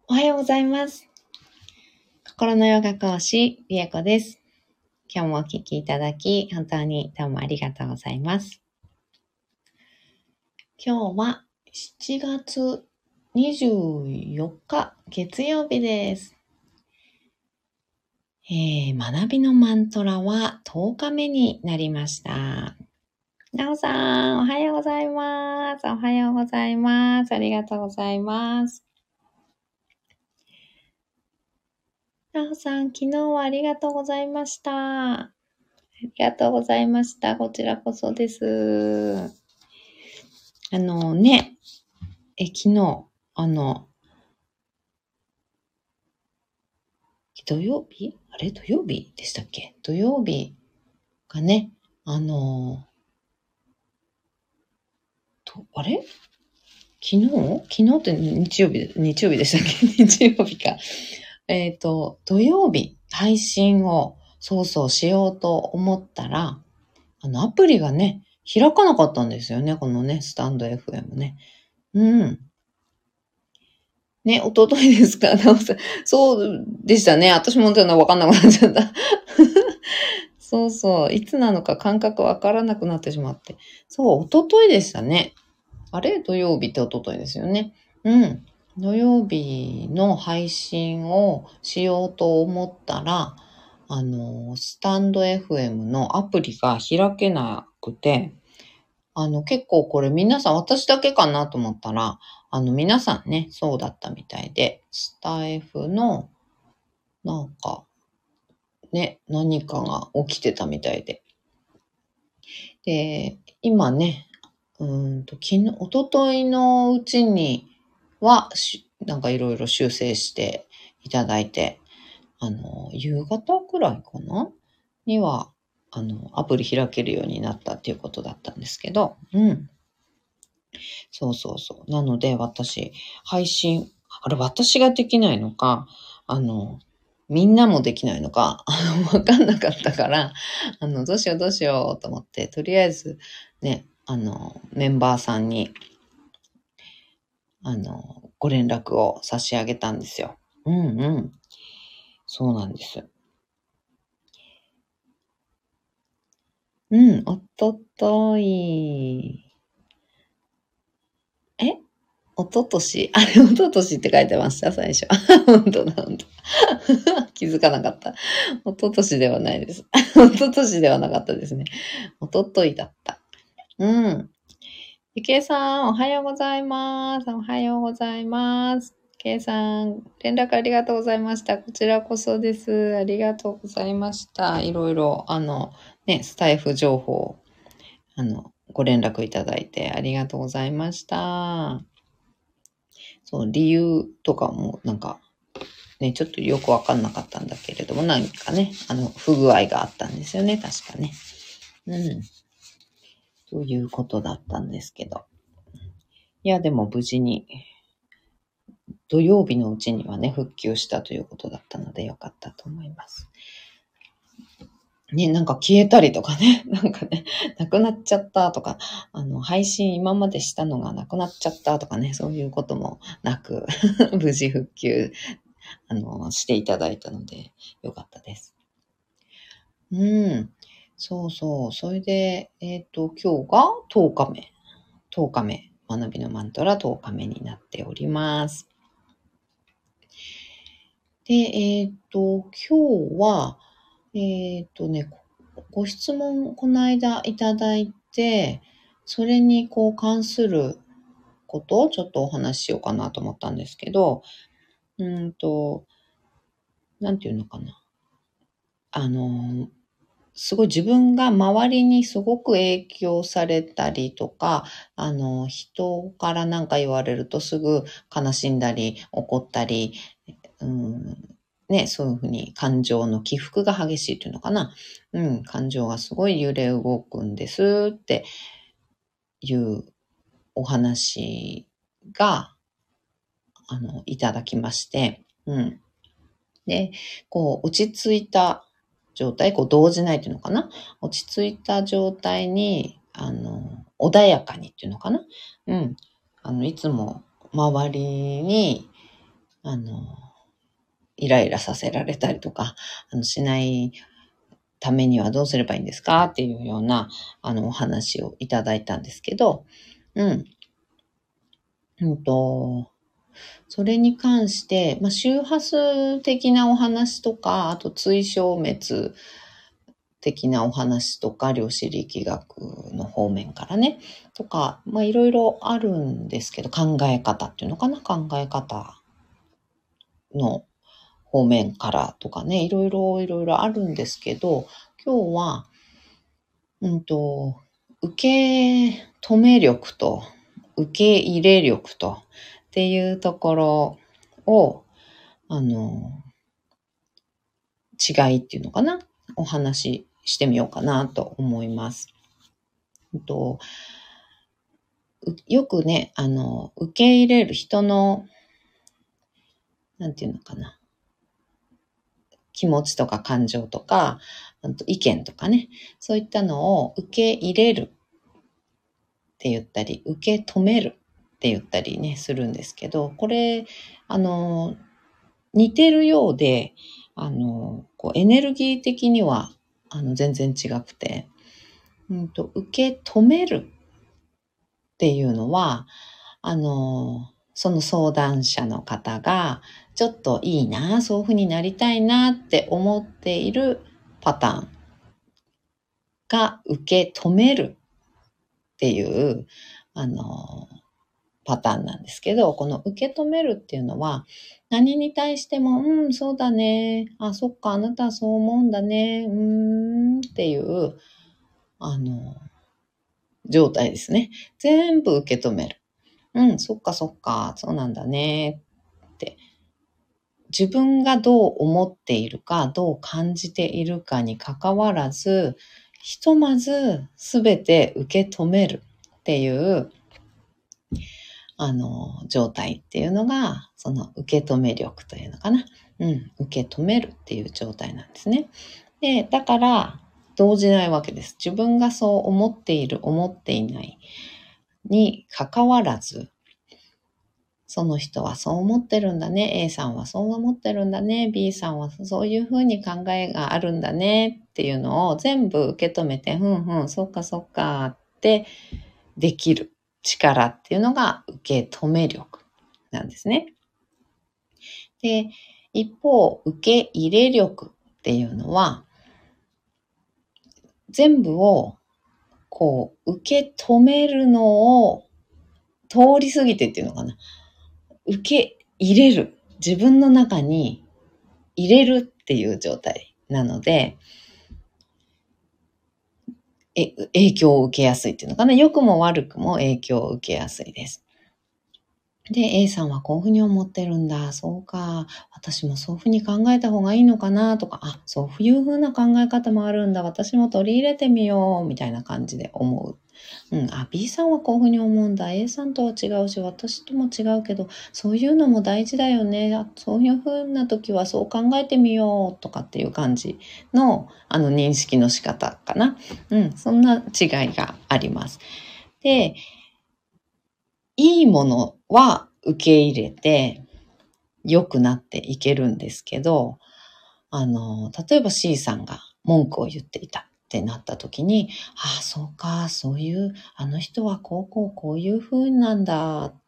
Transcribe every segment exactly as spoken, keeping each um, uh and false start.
おはようございます。心のヨガ講師、りえこです。今日もお聞きいただき、本当にどうもありがとうございます。今日はしちがつにじゅうよっか、月曜日です。えー、学びのマントラはとおかめになりました。なおさん、おはようございます。おはようございます。ありがとうございます。なおさん、昨日はありがとうございました。ありがとうございました。こちらこそです。あのね、え、昨日、あの、土曜日あれ土曜日でしたっけ土曜日がね、あの、とあれ昨日昨日って日曜日、日曜日でしたっけ日曜日か。えっと、土曜日配信をそうそうしようと思ったら、あの、アプリがね、開かなかったんですよね。このね、スタンド エフエム ね。うん。ね、おとといですかそうでしたね。私も本当にわかんなくなっちゃった。そうそう。いつなのか感覚わからなくなってしまって。そう、おとといでしたね。あれ土曜日っておとといですよね。うん。土曜日の配信をしようと思ったら、あの、スタンド エフエム のアプリが開けなくて、あの、結構これ皆さん、私だけかなと思ったら、あの、皆さんね、そうだったみたいで、スタイフの、なんか、ね、何かが起きてたみたいで。で、今ね、うーんと、昨日、一昨日のうちには、なんかいろいろ修正していただいて、あの、夕方くらいかなには、あの、アプリ開けるようになったっていうことだったんですけど、うん。そうそうそう。なので、私、配信、あれ、私ができないのか、あの、みんなもできないのか、わかんなかったから、あの、どうしようどうしようと思って、とりあえず、ね、あの、メンバーさんに、あの、ご連絡を差し上げたんですよ。うんうん。そうなんです。うん、おととい、えおととしあれ、おととしって書いてました、最初。本当だ、本当だ。気づかなかった。おととしではないです。おととしではなかったですね。おとといだった。うん。ゆきえさん、おはようございます。おはようございます。ゆきえさん、連絡ありがとうございました。こちらこそです。ありがとうございました。いろいろ、あの、ね、スタイフ情報、あの、ご連絡いただいてありがとうございました。そう、理由とかもなんかね、ちょっとよくわかんなかったんだけれども、何かね、あの、不具合があったんですよね、確かね。うん。ということだったんですけど。いや、でも無事に、土曜日のうちにはね、復旧したということだったのでよかったと思います。ね、なんか消えたりとかね、なんかね、なくなっちゃったとか、あの、配信今までしたのがなくなっちゃったとかね、そういうこともなく、無事復旧、あの、していただいたのでよかったです。うん。そうそう。それで、えっと、今日がとおかめ。とおかめ。学びのマントラとおかめになっております。で、えっと、今日は、えっとね、ご質問この間いただいて、それにこう関することをちょっとお話ししようかなと思ったんですけど、うんと、なんていうのかな。あの、すごい自分が周りにすごく影響されたりとか、あの、人から何か言われるとすぐ悲しんだり怒ったり、うん、ね、そういうふうに感情の起伏が激しいというのかな。うん、感情がすごい揺れ動くんですっていうお話が、あの、いただきまして、うん。で、こう、落ち着いた状態、こう、動じないっていうのかな。落ち着いた状態に、あの、穏やかにっていうのかな。うん。あの、いつも周りに、 あの、イライラさせられたりとか、あの、しないためにはどうすればいいんですかっていうような、あの、お話をいただいたんですけど、うん。うんと、それに関して、まあ、周波数的なお話とか、あと追消滅的なお話とか、量子力学の方面からね、とか、まあ、いろいろあるんですけど、考え方っていうのかな、考え方の方面からとかね、いろいろいろいろあるんですけど、今日は、うんと、受け止め力と受け入れ力とっていうところを、あの、違いっていうのかな、お話ししてみようかなと思います。うんと、よくね、あの、受け入れる人の、なんていうのかな、気持ちとか感情とか、あと意見とかね、そういったのを受け入れるって言ったり、受け止めるって言ったりね、するんですけど、これ、あの、似てるようで、あの、こうエネルギー的には、あの、全然違くて、うんと、受け止めるっていうのは、あの、その相談者の方が、ちょっといいな、そういうふうになりたいなって思っているパターンが受け止めるっていう、あの、パターンなんですけど、この受け止めるっていうのは、何に対しても、うん、そうだね。あ、そっか、あなたはそう思うんだね。うーんっていう、あの、状態ですね。全部受け止める。うん、そっかそっか、そうなんだねって。自分がどう思っているか、どう感じているかにかかわらず、ひとまずすべて受け止めるっていう、あの、状態っていうのが、その受け止め力というのかな。うん、受け止めるっていう状態なんですね。で、だから、動じないわけです。自分がそう思っている、思っていないにかかわらず、その人はそう思ってるんだね。A さんはそう思ってるんだね。B さんはそういうふうに考えがあるんだね。っていうのを全部受け止めて、ふんふん、そっかそっかってできる力っていうのが受け止め力なんですね。で、一方、受け入れ力っていうのは、全部をこう受け止めるのを通り過ぎてっていうのかな。受け入れる。自分の中に入れるっていう状態なので、え影響を受けやすいっていうのかな。良くも悪くも影響を受けやすいです。で、A さんはこういうふうに思ってるんだ。そうか。私もそういうふうに考えた方がいいのかなとか、あ、そういうふうな考え方もあるんだ。私も取り入れてみよう。みたいな感じで思う。うん、あ、B さんはこういうふうに思うんだ。A さんとは違うし、私とも違うけど、そういうのも大事だよね。あ、そういうふうな時はそう考えてみようとかっていう感じの、あの認識の仕方かな。うん、そんな違いがあります。で、いいものは受け入れて良くなっていけるんですけど、あの、例えば C さんが文句を言っていたってなった時に、ああ、そうか、そういう、あの人はこうこうこういう風なんだって、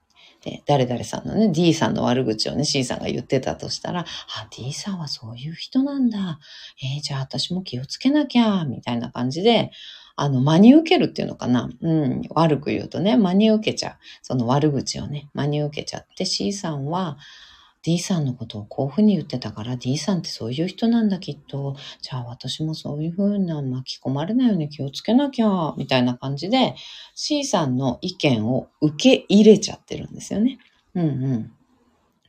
誰々さんのね、D さんの悪口をね、C さんが言ってたとしたら、あ、D さんはそういう人なんだ。えー、じゃあ私も気をつけなきゃ、みたいな感じで、あの、真に受けるっていうのかな。うん、悪く言うとね、真に受けちゃう。その悪口をね、真に受けちゃって、C さんは、D さんのことをこういうふうに言ってたから D さんってそういう人なんだきっと。じゃあ私もそういうふうな巻き込まれないように気をつけなきゃ、みたいな感じで C さんの意見を受け入れちゃってるんですよね。うんうん。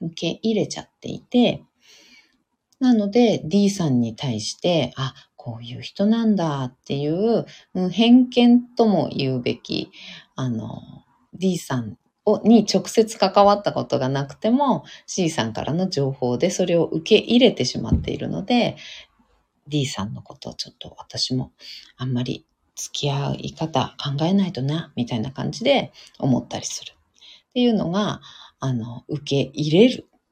受け入れちゃっていて、なので D さんに対して、あ、こういう人なんだっていう、うん、偏見とも言うべき、あの、D さんをに直接関わったことがなくても C さんからの情報でそれを受け入れてしまっているので、D さんのことをちょっと私もあんまり付き合い方考えないとな、みたいな感じで思ったりするっていうのが、あの、受け入れるっ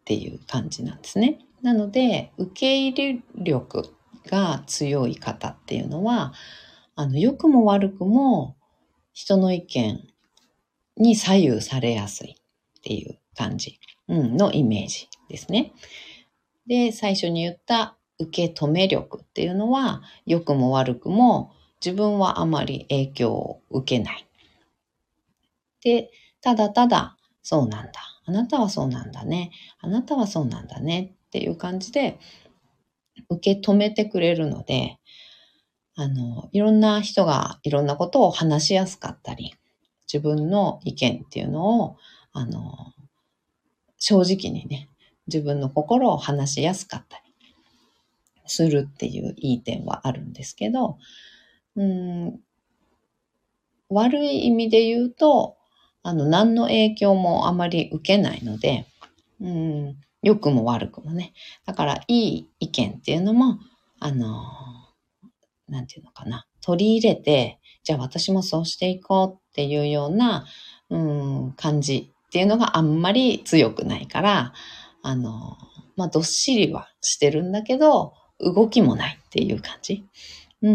っていう感じなんですね。なので、受け入れ力が強い方っていうのは、あの、良くも悪くも人の意見に左右されやすいっていう感じ、うん、のイメージですね。で、最初に言った受け止め力っていうのは、良くも悪くも自分はあまり影響を受けない。で、ただただ、そうなんだ。あなたはそうなんだね。あなたはそうなんだね。っていう感じで受け止めてくれるので、あの、いろんな人がいろんなことを話しやすかったり、自分の意見っていうのを、あの、正直にね、自分の心を話しやすかったりするっていういい点はあるんですけど、うーん、悪い意味で言うと、あの、何の影響もあまり受けないので、うん、良くも悪くもね。だから、いい意見っていうのも、あの、なんていうのかな。取り入れて、じゃあ私もそうしていこうっていうような、うん、感じっていうのがあんまり強くないから、あの、まあ、どっしりはしてるんだけど、動きもないっていう感じ。うんうん。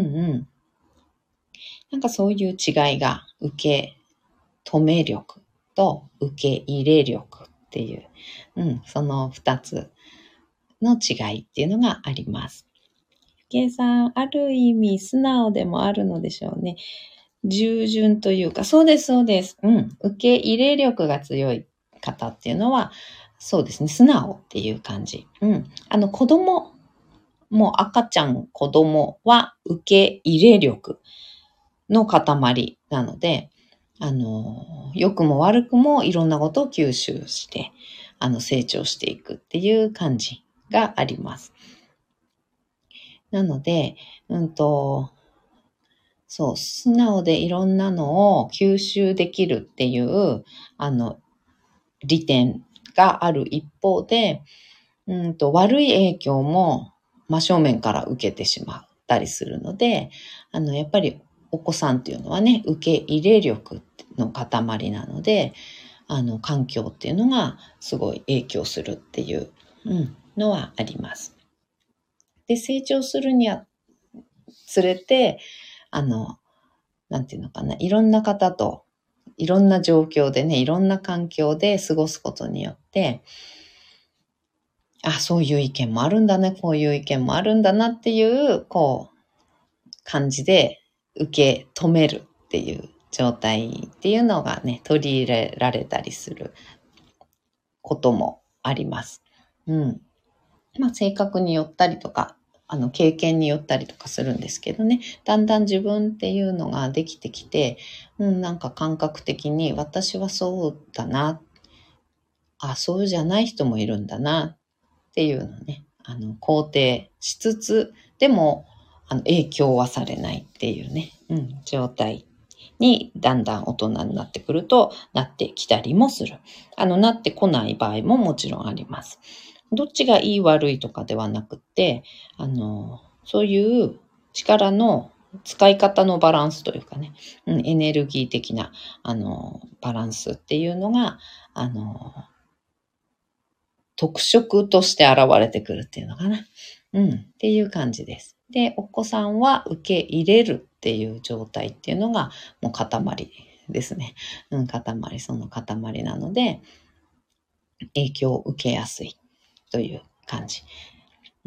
なんかそういう違いが、受け止め力と受け入れ力っていう、うん、その二つの違いっていうのがあります。ゆきえさん、ある意味素直でもあるのでしょうね。従順というか、そうです、そうです。うん。受け入れ力が強い方っていうのは、そうですね、素直っていう感じ。うん。あの、子供、もう赤ちゃん、子供は受け入れ力の塊なので、あの、良くも悪くもいろんなことを吸収して、あの、成長していくっていう感じがあります。なので、うんと、そう、素直でいろんなのを吸収できるっていう、あの、利点がある一方で、うんと、悪い影響も真正面から受けてしまったりするので、あの、やっぱりお子さんっていうのはね、受け入れ力の塊なので、あの、環境っていうのがすごい影響するっていう、うん、のはあります。で、成長するにはつれて、あの、なんていうのかな、いろんな方と、いろんな状況でね、いろんな環境で過ごすことによって、あ、そういう意見もあるんだね、こういう意見もあるんだなっていう、こう、感じで受け止めるっていう状態っていうのがね、取り入れられたりすることもあります。うん。まあ、性格によったりとか、あの、経験によったりとかするんですけどね、だんだん自分っていうのができてきて、うん、なんか感覚的に私はそうだな、あ、そうじゃない人もいるんだなっていうのをね、あの、肯定しつつ、でも、あの、影響はされないっていうね、うん、状態にだんだん大人になってくるとなってきたりもする。あの、なってこない場合ももちろんあります。どっちがいい悪いとかではなくって、あの、そういう力の使い方のバランスというかね、うん、エネルギー的な、あの、バランスっていうのが、あの、特色として現れてくるっていうのかな。うん、っていう感じです。で、お子さんは受け入れるっていう状態っていうのがもう塊ですね。うん、塊、その塊なので、影響を受けやすいという感じ。うん。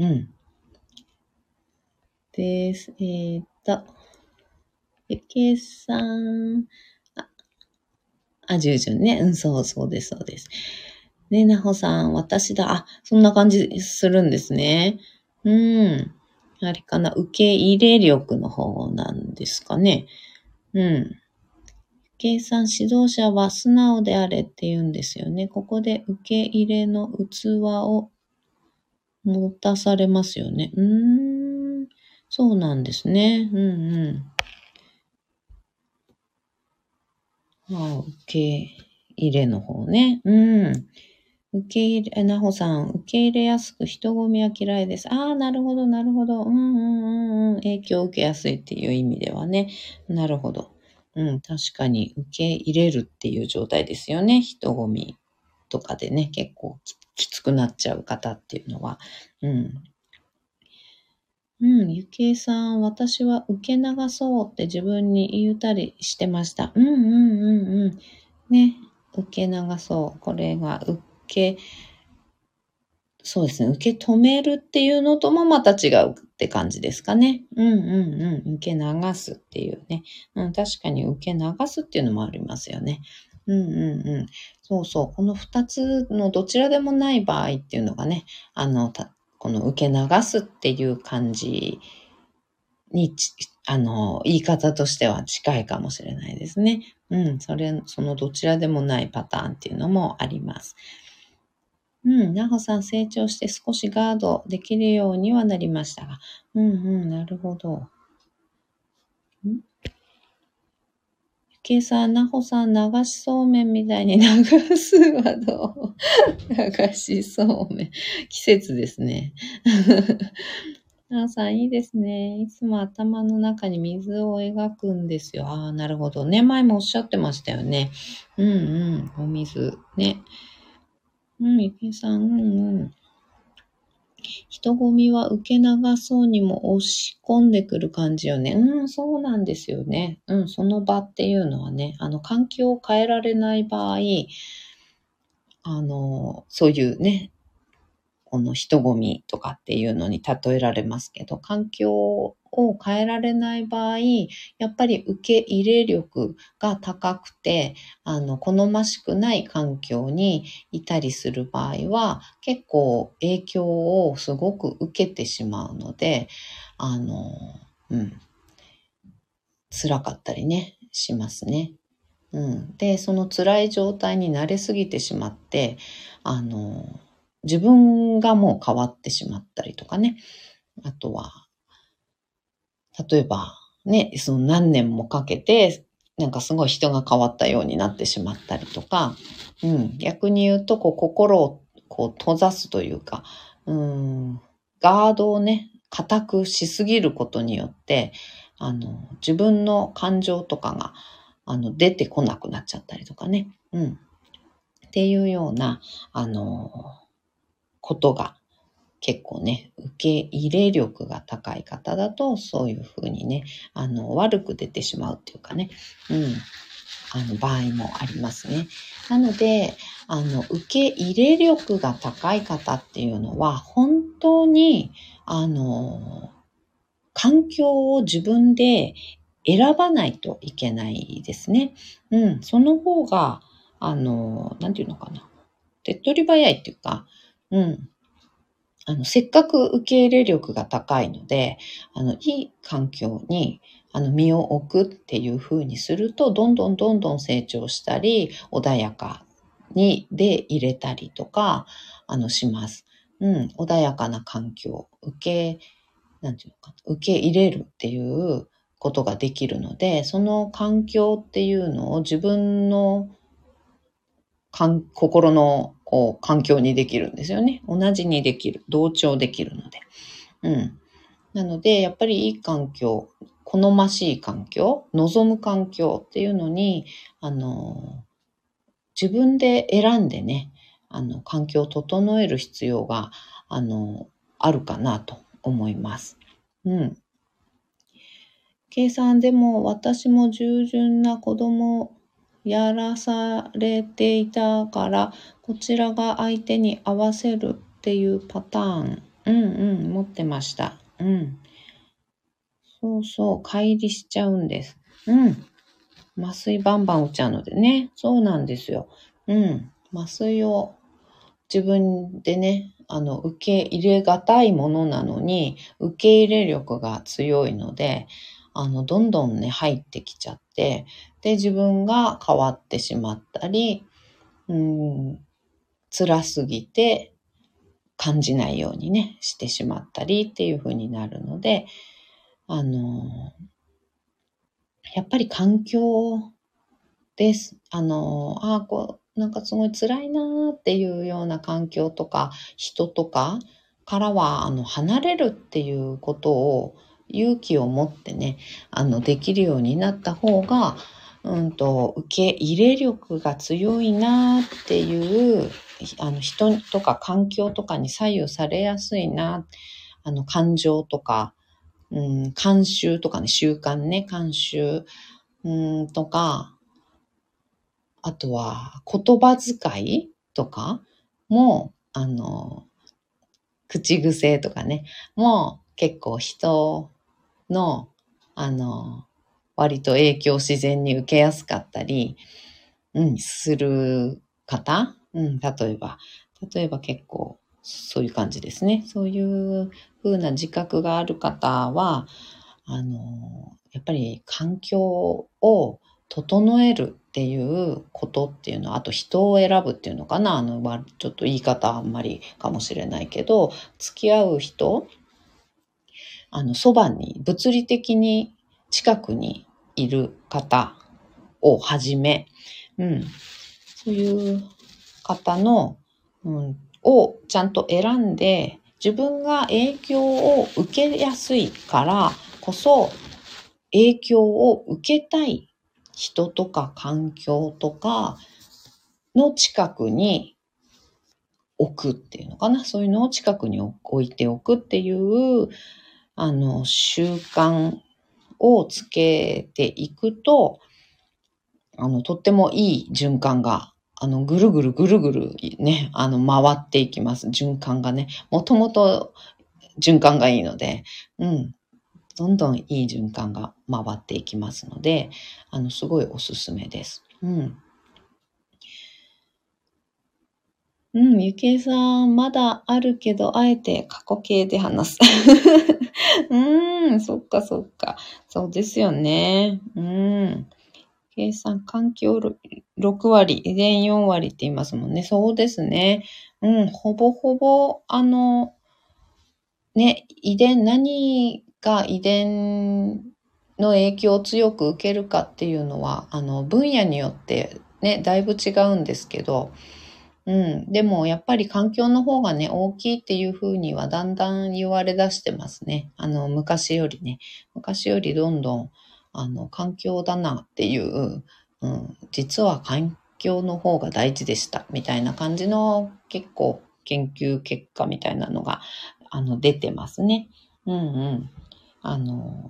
です。えー、っと、ゆけさん、あ、あ、従順ね。うん、そうそうです、そうです。ね、なほさん、私だ。あ、そんな感じするんですね。うん。あれかな、受け入れ力の方なんですかね。うん。計算指導者は素直であれって言うんですよね。ここで受け入れの器を持たされますよね。うーん。そうなんですね。うんうん。あ、受け入れの方ね。うん。受け入れ、なほさん、受け入れやすく人混みは嫌いです。ああ、なるほど、なるほど。うんうんうんうん。影響を受けやすいっていう意味ではね。なるほど。うん、確かに受け入れるっていう状態ですよね。人混みとかでね、結構きつくなっちゃう方っていうのは。うん。うん、ゆきえさん、私は受け流そうって自分に言ったりしてました。うんうんうんうん。ね、受け流そう。これが受け、そうですね、受け止めるっていうのともまた違うって感じですかね。うんうんうん。受け流すっていうね。うん、確かに受け流すっていうのもありますよね。うんうんうん。そうそう。この二つのどちらでもない場合っていうのがね、あの、たこの受け流すっていう感じにち、あの、言い方としては近いかもしれないですね。うん、それ、そのどちらでもないパターンっていうのもあります。うん、なほさん成長して少しガードできるようにはなりましたが。うんうん、なるほど。んゆきえさん、なほさん、流しそうめんみたいに流すはどう流しそうめん。季節ですね。なおさん、いいですね。いつも頭の中に水を描くんですよ。ああ、なるほどね。前もおっしゃってましたよね。うんうん。お水。ね。うん、ゆきえさん、うんうん。人混みは受け流そうにも押し込んでくる感じよね。うん、そうなんですよね。うん、その場っていうのはね、あの、環境を変えられない場合、あの、そういうね、この人混みとかっていうのに例えられますけど、環境を変えられない場合、やっぱり受け入れ力が高くて、あの、好ましくない環境にいたりする場合は、結構影響をすごく受けてしまうので、あの、うん、辛かったりね、しますね。うん。で、その辛い状態に慣れすぎてしまって、あの、自分がもう変わってしまったりとかね。あとは、例えば、ね、その何年もかけて、なんかすごい人が変わったようになってしまったりとか、うん、逆に言うと、こう、心をこう閉ざすというか、うん、ガードをね、固くしすぎることによって、あの、自分の感情とかが、あの、出てこなくなっちゃったりとかね、うん、っていうような、あの、ことが結構ね、受け入れ力が高い方だと、そういうふうにね、あの、悪く出てしまうっていうかね、うん、あの、場合もありますね。なので、あの、受け入れ力が高い方っていうのは、本当に、あの、環境を自分で選ばないといけないですね。うん、その方が、あの、なんていうのかな。手っ取り早いっていうか、うん、あの、せっかく受け入れ力が高いので、あの、いい環境に、あの、身を置くっていう風にすると、どんどんどんどん成長したり、穏やかに、で入れたりとか、あの、します。うん、穏やかな環境、受け、なんていうのかな、受け入れるっていうことができるので、その環境っていうのを自分のかん心のこう環境にできるんですよね。同じにできる。同調できるので。うん。なので、やっぱりいい環境、好ましい環境、望む環境っていうのに、あの、自分で選んでね、あの、環境を整える必要が、あの、あるかなと思います。うん。計算でも私も従順な子供やらされていたから、こちらが相手に合わせるっていうパターン、うんうん、持ってました。うん。そうそう、乖離しちゃうんです。うん。麻酔バンバン打っちゃうのでね。そうなんですよ。うん。麻酔を自分でね、あの、受け入れがたいものなのに、受け入れ力が強いので、あの、どんどんね、入ってきちゃって、で、自分が変わってしまったり、うん、辛すぎて感じないようにね、してしまったりっていう風になるので、あの、やっぱり環境です。あの、ああ、こう、なんかすごい辛いなーっていうような環境とか、人とかからは、あの、離れるっていうことを勇気を持ってね、あの、できるようになった方が、うんと、受け入れ力が強いなーっていうあの人とか環境とかに左右されやすいな、あの感情とか、うん、慣習とかね、習慣ね、慣習、うん、とか、あとは言葉遣いとかも、あの、口癖とかね、もう結構人の、あの、割と影響を自然に受けやすかったり、うん、する方、うん、例えば、例えば結構そういう感じですね。そういう風な自覚がある方は、あの、やっぱり環境を整えるっていうことっていうのは、あと人を選ぶっていうのかな、あの、まちょっと言い方あんまりかもしれないけど、付き合う人、あの、そばに、物理的に近くにいる方をはじめ、うん、そういう方の、うん、をちゃんと選んで、自分が影響を受けやすいからこそ、影響を受けたい人とか環境とかの近くに置くっていうのかな。そういうのを近くに置いておくっていう、あの、習慣をつけていくと、あの、とってもいい循環が、あの、ぐるぐるぐるぐるね、あの、回っていきます。循環がね。もともと循環がいいので、うん。どんどんいい循環が回っていきますので、あの、すごいおすすめです。うん。うん、ゆきえさん、まだあるけど、あえて過去形で話す。うーん、そっかそっか。そうですよね。うん。計算、環境ろく割、遺伝よん割って言いますもんね。そうですね。うん、ほぼほぼ、あの、ね、遺伝、何が遺伝の影響を強く受けるかっていうのは、あの、分野によってね、だいぶ違うんですけど、うん、でもやっぱり環境の方がね、大きいっていうふうにはだんだん言われ出してますね。あの、昔よりね、昔よりどんどん、あの、環境だなっていう、うん、実は環境の方が大事でした、みたいな感じの結構研究結果みたいなのが、あの、出てますね。うんうん。あの、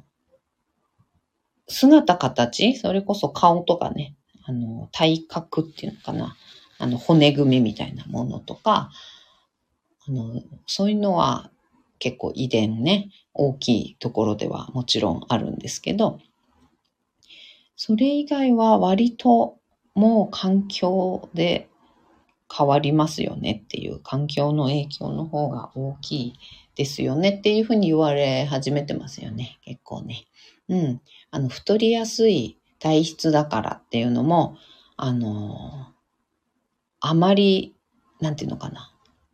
姿形、それこそ顔とかね、あの、体格っていうのかな。あの、骨組みみたいなものとか、あの、そういうのは結構遺伝ね、大きいところではもちろんあるんですけど、それ以外は割ともう環境で変わりますよねっていう、環境の影響の方が大きいですよねっていうふうに言われ始めてますよね、結構ね。うん。あの、太りやすい体質だからっていうのも、あの、あまり、なんていうのかな。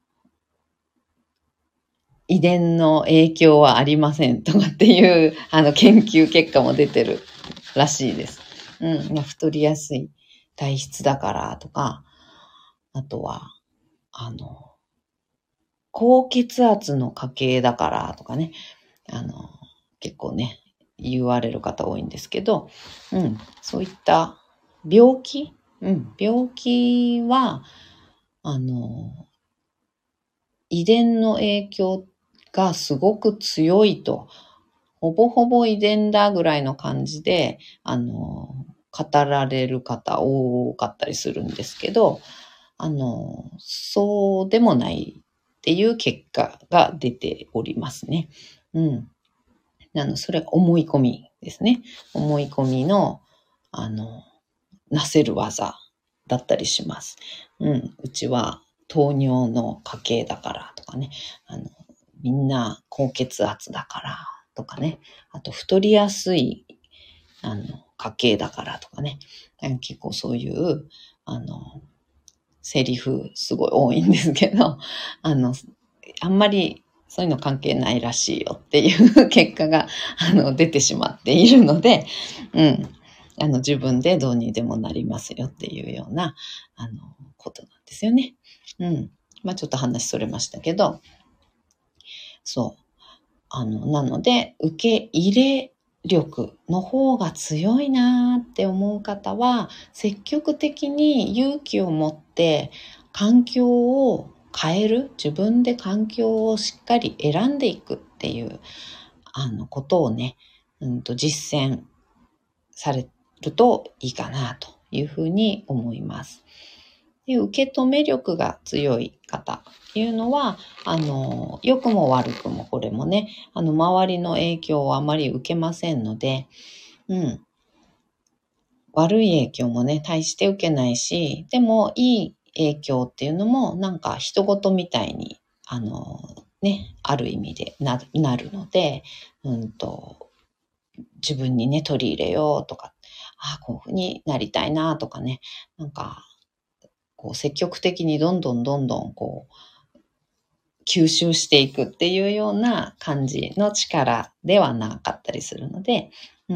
遺伝の影響はありませんとかっていう、あの、研究結果も出てるらしいです。うん。まあ、太りやすい体質だからとか、あとは、あの、高血圧の家系だからとかね、あの、結構ね、言われる方多いんですけど、うん。そういった病気、うん。病気は、あの、遺伝の影響がすごく強いと、ほぼほぼ遺伝だぐらいの感じで、あの、語られる方多かったりするんですけど、あの、そうでもないっていう結果が出ておりますね。うん。あの、それ思い込みですね。思い込みの、あの、なせる技だったりします。うん。うちは糖尿の家系だからとかね。あの、みんな高血圧だからとかね。あと太りやすい、あの、家系だからとかね。結構そういう、あの、セリフすごい多いんですけど、あの、あんまりそういうの関係ないらしいよっていう結果が、あの、出てしまっているので、うん。あの、自分でどうにでもなりますよっていうような、あの、ことなんですよね。うん。まあちょっと話それましたけど、そう。あの、なので、受け入れ力の方が強いなーって思う方は、積極的に勇気を持って、 環境を変える、自分で環境をしっかり選んでいくっていうあのことをね、うんと実践されるといいかなというふうに思います。で、受け止め力が強い方っていうのは、あの、良くも悪くもこれもね、あの、周りの影響をあまり受けませんので、うん。悪い影響もね、大して受けないし、でもいい影響っていうのもなんか人事みたいに、あの、ね、ある意味でな、なるので、うんと、自分にね、取り入れようとか、ああ、こういうふうになりたいなとかね、なんか、こう積極的にどんどんどんどんこう、吸収していくっていうような感じの力ではなかったりするので、うん。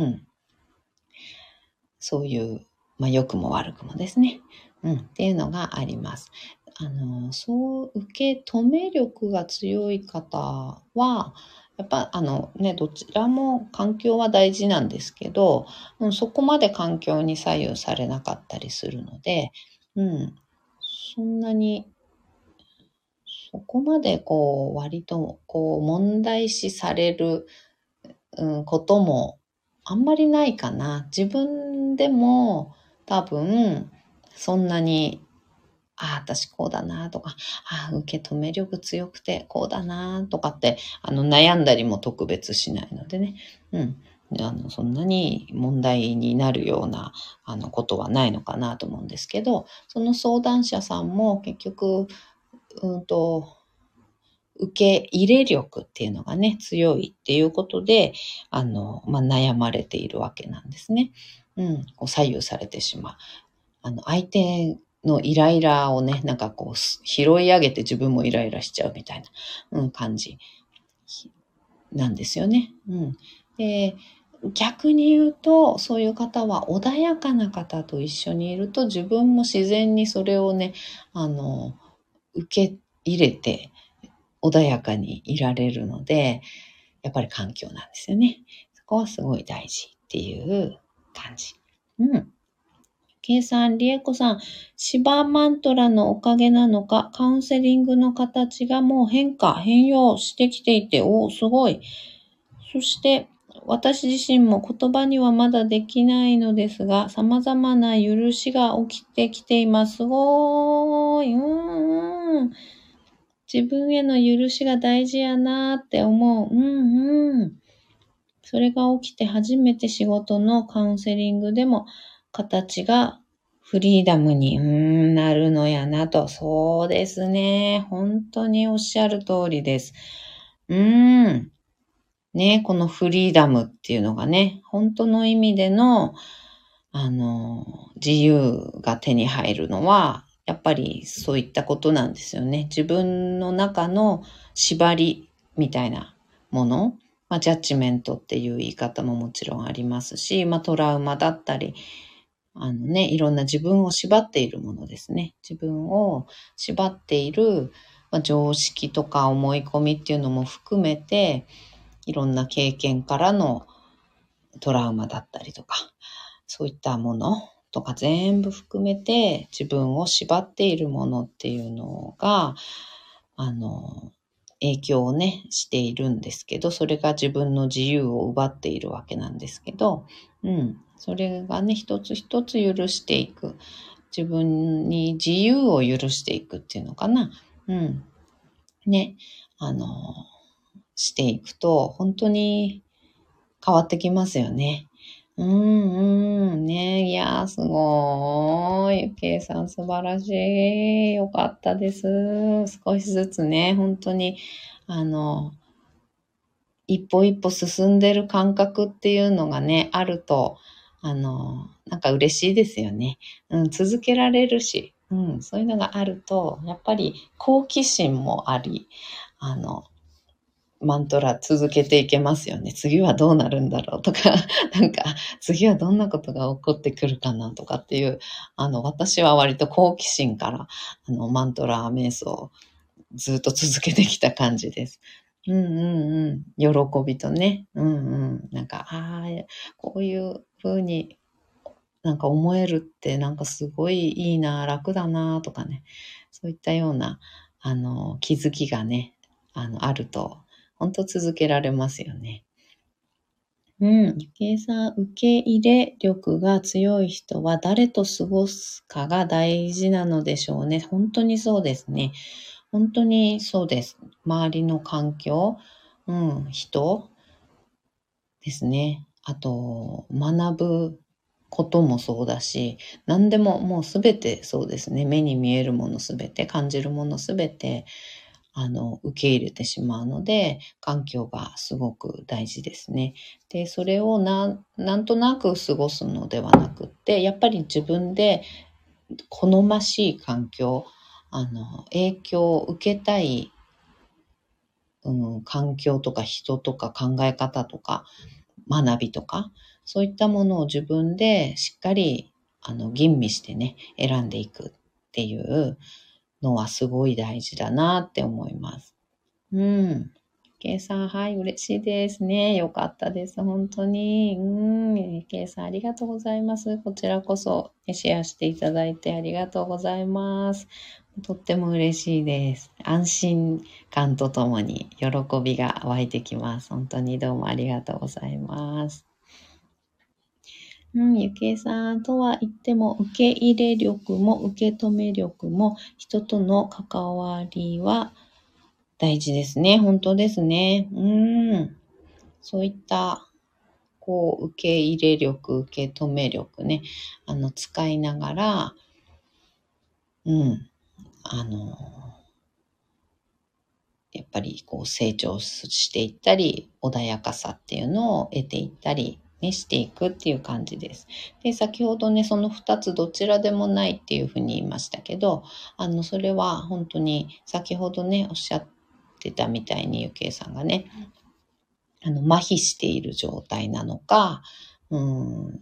そういう、まあ、良くも悪くもですね。うん。っていうのがあります。あの、そう、受け止め力が強い方は、やっぱ、あのね、どちらも環境は大事なんですけど、うん、そこまで環境に左右されなかったりするので、うん。そんなに、そこまでこう、割と、こう、問題視される、うん、こともあんまりないかな。自分でも多分そんなに、ああ、私こうだなとか、ああ、受け止め力強くてこうだなとかって、あの悩んだりも特別しないのでね。うん。あの、そんなに問題になるような、あの、ことはないのかなと思うんですけど、その相談者さんも結局、うんと、受け入れ力っていうのがね、強いっていうことで、あの、まあ、悩まれているわけなんですね。うん、こう左右されてしまう。あの、相手のイライラをね、なんかこう、拾い上げて自分もイライラしちゃうみたいな、うん、感じなんですよね。うん。で、逆に言うと、そういう方は穏やかな方と一緒にいると自分も自然にそれをね、あの、受け入れて、穏やかにいられるので、やっぱり環境なんですよね。そこはすごい大事っていう感じ。うん。ケイさん、リエコさん、シバマントラのおかげなのか、カウンセリングの形がもう変化、変容してきていて、おー、すごい。そして、私自身も言葉にはまだできないのですが、様々な許しが起きてきています。すごーい。うんうん。自分への許しが大事やなーって思う。うんうん。それが起きて初めて仕事のカウンセリングでも形がフリーダムにうーんなるのやなと。そうですね。本当におっしゃる通りです。うーん。ね、このフリーダムっていうのがね、本当の意味での、あの、自由が手に入るのは、やっぱりそういったことなんですよね。自分の中の縛りみたいなもの、まあ、ジャッジメントっていう言い方ももちろんありますし、まあ、トラウマだったり、あのね、いろんな自分を縛っているものですね。自分を縛っている、まあ、常識とか思い込みっていうのも含めて、いろんな経験からのトラウマだったりとか、そういったものとか全部含めて自分を縛っているものっていうのが、あの、影響をね、しているんですけど、それが自分の自由を奪っているわけなんですけど、うん。それがね、一つ一つ許していく。自分に自由を許していくっていうのかな。うん。ね。あの、していくと、本当に変わってきますよね。うんうん。ね。いやー、すごーい。ゆけいさん素晴らしい。よかったです。少しずつね、本当に、あの、一歩一歩進んでる感覚っていうのがね、あると、あの、なんか嬉しいですよね。うん、続けられるし、うん、そういうのがあると、やっぱり好奇心もあり、あの、マントラ続けていけますよね。次はどうなるんだろうとか、なんか、次はどんなことが起こってくるかなとかっていう、あの、私は割と好奇心から、あの、マントラ瞑想をずっと続けてきた感じです。うんうんうん。喜びとね。うんうん。なんか、ああ、こういう風になんか思えるってなんかすごいいいな、楽だなとかね。 そういったような、あの、気づきがね、あの、あると、本当続けられますよね。うん。ゆきえさん、受け入れ力が強い人は誰と過ごすかが大事なのでしょうね。本当にそうですね。本当にそうです。周りの環境、うん、人ですね。あと、学ぶこともそうだし、何でももうすべてそうですね。目に見えるものすべて、感じるものすべて、あの、受け入れてしまうので、環境がすごく大事ですね。で、それをな、なんとなく過ごすのではなくって、やっぱり自分で好ましい環境、あの、影響を受けたい、うん、環境とか人とか考え方とか学びとか、そういったものを自分でしっかり、あの、吟味してね、選んでいくっていうのはすごい大事だなって思います。うん。ケイさん、はい、嬉しいですね。よかったです。本当に。うん。ケイさん、ありがとうございます。こちらこそ、シェアしていただいてありがとうございます。とっても嬉しいです。安心感とともに喜びが湧いてきます。本当にどうもありがとうございます。うん、ゆきえさんとは言っても、受け入れ力も受け止め力も人との関わりは大事ですね。本当ですね。うん。そういった、こう、受け入れ力、受け止め力ね、あの、使いながら、うん。あの、やっぱりこう成長していったり、穏やかさっていうのを得ていったり、ね、していくっていう感じです。で、先ほどね、その二つどちらでもないっていうふうに言いましたけど、あの、それは本当に先ほどね、おっしゃってたみたいにゆきえさんがね、あの、麻痺している状態なのか、うん、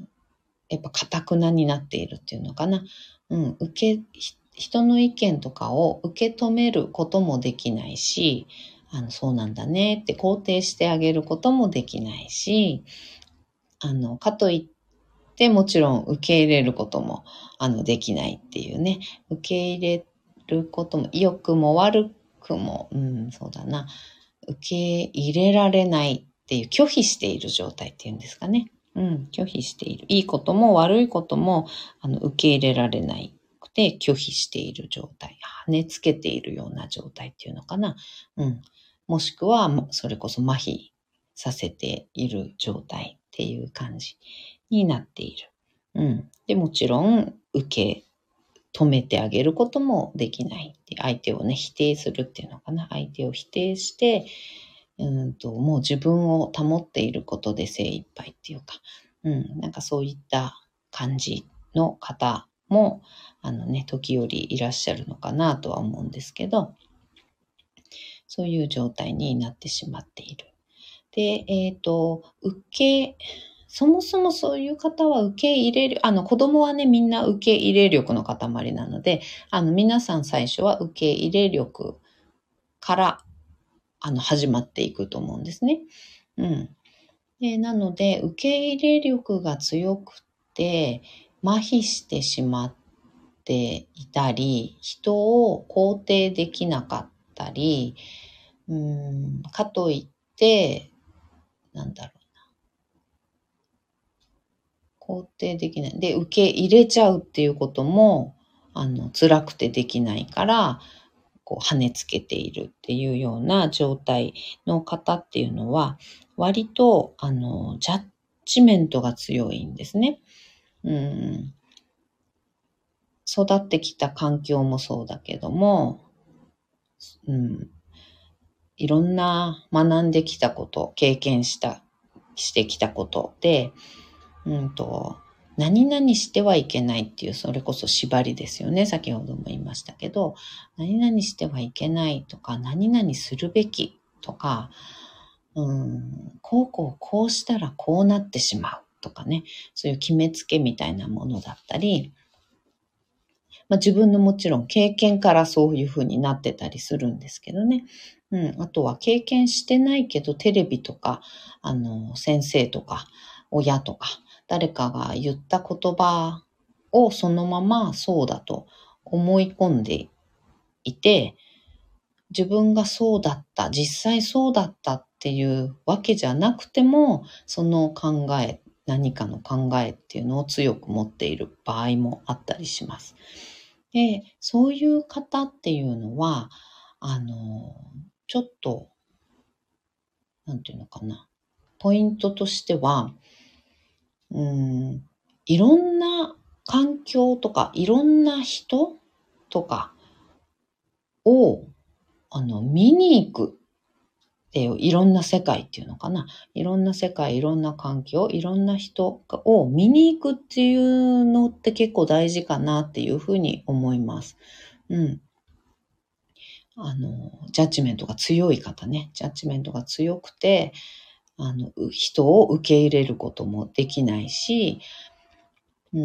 やっぱ堅くなになっているっていうのかな。うん、受け、人の意見とかを受け止めることもできないし、あの、そうなんだねって肯定してあげることもできないし、あの、かといってもちろん受け入れることも、あの、できないっていうね。受け入れることも、良くも悪くも、うん、そうだな。受け入れられないっていう拒否している状態っていうんですかね。うん、拒否している。いいことも悪いことも、あの、受け入れられないくて拒否している状態。跳ねつけているような状態っていうのかな。うん。もしくは、それこそ麻痺させている状態っていう感じになっている。うん。で、もちろん、受け止めてあげることもできない。相手をね、否定するっていうのかな。相手を否定して、うんと、もう自分を保っていることで精一杯っていうか、うん、なんかそういった感じの方も、あのね、時折いらっしゃるのかなとは思うんですけど、そういう状態になってしまっている。で、えっと、受け、そもそもそういう方は受け入れる、あの子供はね、みんな受け入れ力の塊なので、あの皆さん最初は受け入れ力からあの始まっていくと思うんですね。うん。で、なので、受け入れ力が強くて、麻痺してしまっていたり、人を肯定できなかったり、うーん、かといって、なんだろう。肯定できない。で、受け入れちゃうっていうことも、あの、辛くてできないから、こう、跳ねつけているっていうような状態の方っていうのは、割と、あの、ジャッジメントが強いんですね。うん。育ってきた環境もそうだけども、うん。いろんな学んできたこと、経験した、してきたことで、うんと、何々してはいけないっていう、それこそ縛りですよね。先ほども言いましたけど、何々してはいけないとか、何々するべきとか、うん、こうこうこうしたらこうなってしまうとかね、そういう決めつけみたいなものだったり、まあ、自分のもちろん経験からそういうふうになってたりするんですけどね。うん、あとは経験してないけどテレビとか、あの、先生とか、親とか、誰かが言った言葉をそのままそうだと思い込んでいて、自分がそうだった、実際そうだったっていうわけじゃなくても、その考え、何かの考えっていうのを強く持っている場合もあったりします。で、そういう方っていうのは、あの、ちょっと、なんていうのかな、ポイントとしては、うーん、いろんな環境とか、いろんな人とかを、あの、見に行くっていう、いろんな世界っていうのかな。いろんな世界、いろんな環境、いろんな人を見に行くっていうのって結構大事かなっていうふうに思います。うん。あの、ジャッジメントが強い方ね。ジャッジメントが強くて、あの、人を受け入れることもできないし、うん、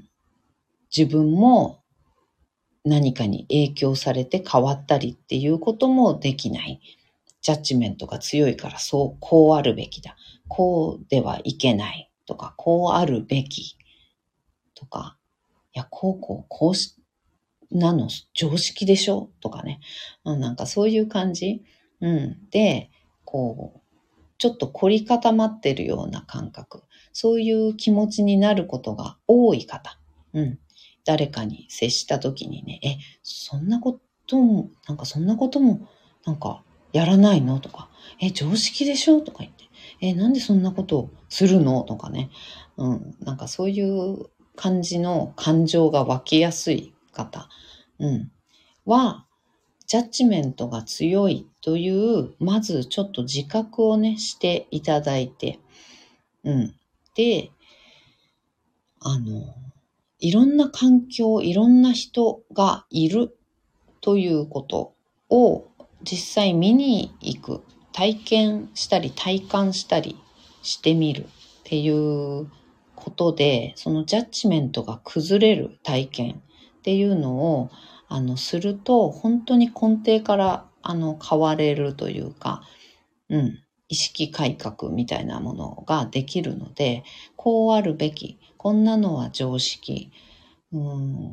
自分も何かに影響されて変わったりっていうこともできない。ジャッジメントが強いからそう、こうあるべきだ。こうではいけないとか、こうあるべきとか、いや、こうこう、こうし、なの常識でしょとかね。うん、なんかそういう感じ。うん。で、こう、ちょっと凝り固まってるような感覚。そういう気持ちになることが多い方。うん。誰かに接した時にね、え、そんなことも、なんかそんなことも、なんかやらないのとか、え、常識でしょとか言って、え、なんでそんなことをするのとかね。うん。なんかそういう感じの感情が湧きやすい方、うん。は、ジャッジメントが強いという、まずちょっと自覚をね、していただいて、うん。で、あの、いろんな環境、いろんな人がいるということを実際見に行く、体験したり体感したりしてみるっていうことで、そのジャッジメントが崩れる体験っていうのをあのすると、本当に根底からあの変われるというか、うん、意識改革みたいなものができるので、こうあるべき、こんなのは常識、うん、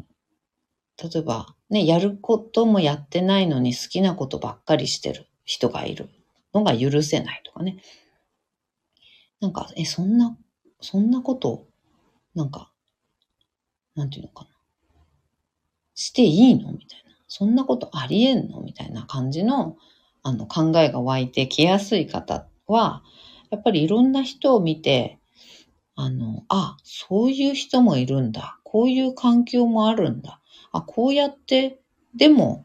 例えばね、やることもやってないのに好きなことばっかりしてる人がいるのが許せないとかね。なんか、え、そんな、そんなこと、なんか、なんていうのかな。していいのみたいな。そんなことありえんのみたいな感じの、あの、考えが湧いてきやすい方は、やっぱりいろんな人を見て、あの、あ、そういう人もいるんだ。こういう環境もあるんだ。あ、こうやって、でも、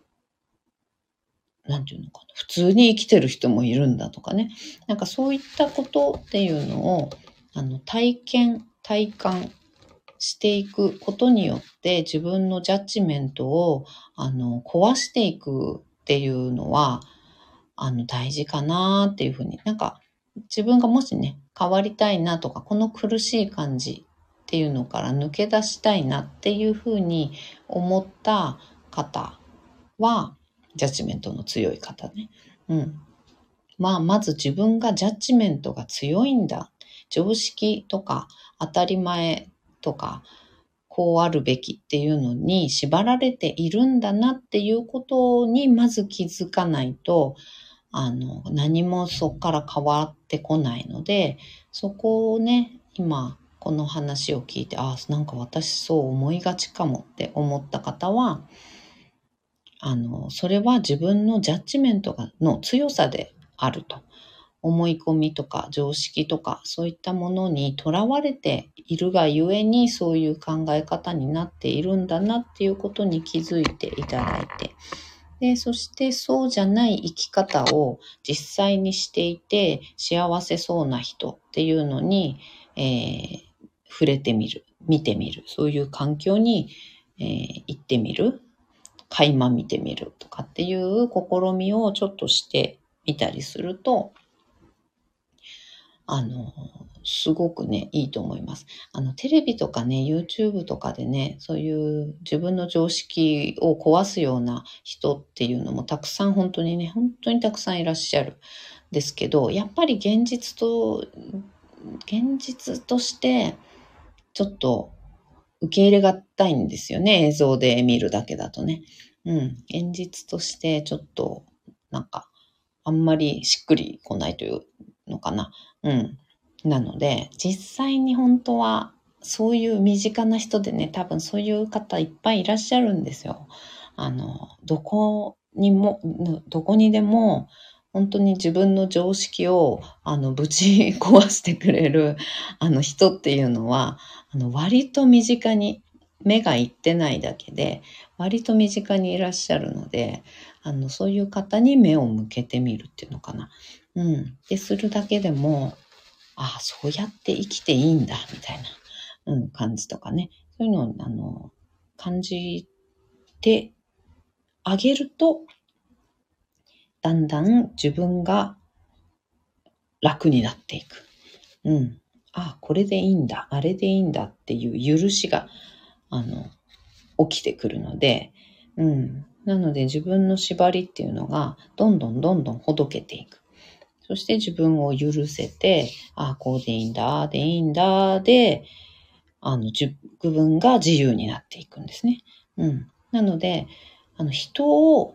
なんていうのかな。普通に生きてる人もいるんだとかね。なんかそういったことっていうのを、あの、体験、体感していくことによって自分のジャッジメントを、あの、壊していくっていうのは、あの、大事かなっていうふうに。なんか、自分がもしね、変わりたいなとか、この苦しい感じっていうのから抜け出したいなっていうふうに思った方は、ジャッジメントの強い方ね。うん。まあ、まず自分がジャッジメントが強いんだ。常識とか当たり前とか、こうあるべきっていうのに縛られているんだなっていうことにまず気づかないと、あの、何もそこから変わってこないので、そこをね、今、この話を聞いて、ああ、なんか私そう思いがちかもって思った方は、あの、それは自分のジャッジメントがの強さであると。思い込みとか常識とかそういったものにとらわれているがゆえにそういう考え方になっているんだなっていうことに気づいていただいて、で、そしてそうじゃない生き方を実際にしていて幸せそうな人っていうのに、えー触れてみる、見てみる、そういう環境に、えー行ってみる、垣間見てみるとかっていう試みをちょっとしてみたりすると、あの、すごくね、いいと思います。あの、テレビとかね、YouTube とかでね、そういう自分の常識を壊すような人っていうのもたくさん本当にね、本当にたくさんいらっしゃるんですけど、やっぱり現実と、現実としてちょっと受け入れがたいんですよね、映像で見るだけだとね。 うん。現実としてちょっと、なんか、あんまりしっくりこないというのかな。うん。なので、実際に本当は、そういう身近な人でね、多分そういう方いっぱいいらっしゃるんですよ。あの、どこにも、どこにでも、本当に自分の常識を、あの、ぶち壊してくれる、あの、人っていうのは、あの、割と身近に、目がいってないだけで、割と身近にいらっしゃるので、あの、そういう方に目を向けてみるっていうのかな。うん。で、するだけでも、ああ、そうやって生きていいんだ、みたいな、うん、感じとかね。そういうのを、あの、感じてあげると、だんだん自分が楽になっていく。うん。ああ、これでいいんだ、あれでいいんだっていう許しが、あの、起きてくるので、うん。なので自分の縛りっていうのが、どんどんどんどんほどけていく。そして自分を許せて、ああ、こうでいいんだ、ああでいいんだ、で、あの、自分が自由になっていくんですね。うん。なので、あの、人を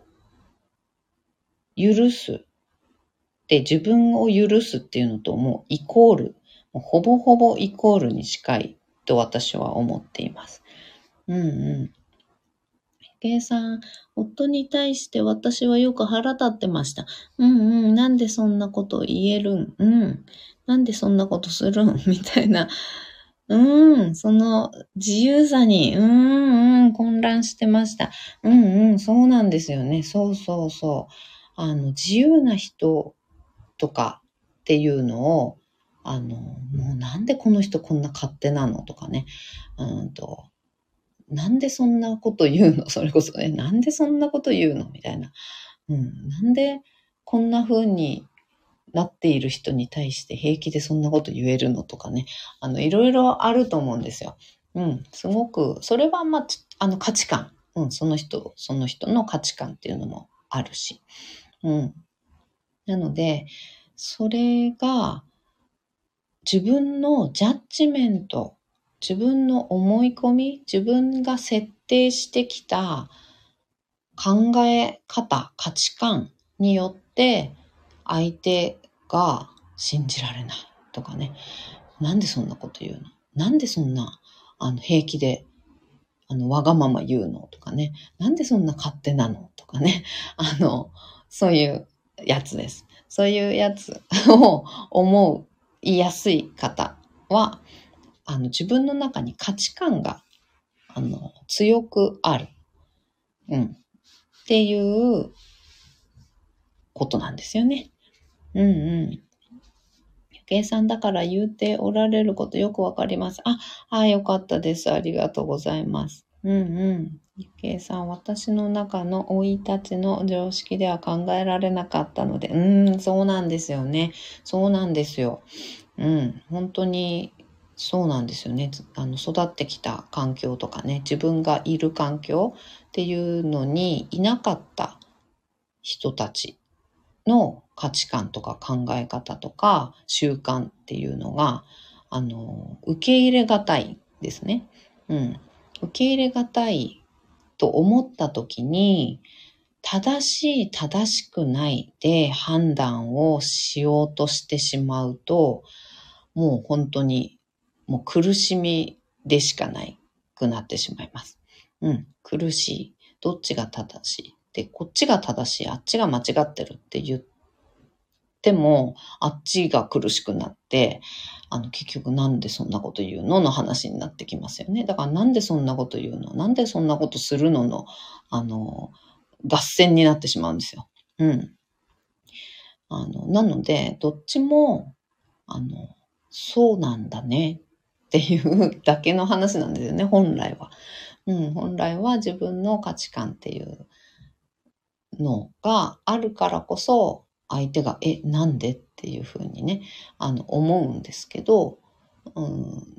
許すで、自分を許すっていうのともうイコール、もうほぼほぼイコールに近いと私は思っています。うんうん。計さん、夫に対して私はよく腹立ってました。うんうん、なんでそんなこと言えるんうん。なんでそんなことするんみたいな。うん、その自由さに、うんうん、混乱してました。うんうん、そうなんですよね。そうそうそう。あの、自由な人とかっていうのを、あの、もうなんでこの人こんな勝手なのとかね。うんと、なんでそんなこと言うのそれこそね。なんでそんなこと言うのみたいな。うん。なんでこんな風になっている人に対して平気でそんなこと言えるのとかね。あの、いろいろあると思うんですよ。うん。すごく、それはまあ、あの価値観。うん。その人、その人の価値観っていうのもあるし。うん。なので、それが自分のジャッジメント、自分の思い込み、自分が設定してきた考え方、価値観によって相手が信じられないとかね。なんでそんなこと言うのなんでそんなあの平気であのわがまま言うのとかね。なんでそんな勝手なのとかね。あの、そういうやつです。そういうやつを思いやすい方は、あの自分の中に価値観があの強くある。うん。っていうことなんですよね。うんうん。ゆけいさんだから言うておられることよくわかります。あ、あ、よかったです。ありがとうございます。うんうん。ゆけいさん、私の中の生い立ちの常識では考えられなかったので、うーん、そうなんですよね。そうなんですよ。うん、本当にそうなんですよね。あの育ってきた環境とかね、自分がいる環境っていうのにいなかった人たちの価値観とか考え方とか習慣っていうのが、あの、受け入れがたいですね。うん。受け入れがたいと思った時に、正しい正しくないで判断をしようとしてしまうと、もう本当に、もう苦しみでしかないくなってしまいます。うん。苦しい。どっちが正しい。で、こっちが正しい。あっちが間違ってるって言っても、あっちが苦しくなって、あの、結局なんでそんなこと言うのの話になってきますよね。だからなんでそんなこと言うのなんでそんなことするのの、あの、合戦になってしまうんですよ。うん。あの、なので、どっちも、あの、そうなんだねっていうだけの話なんですよね、本来は。うん、本来は自分の価値観っていうのがあるからこそ、相手が、え、なんでっていうふうにね、あの、思うんですけど、うん、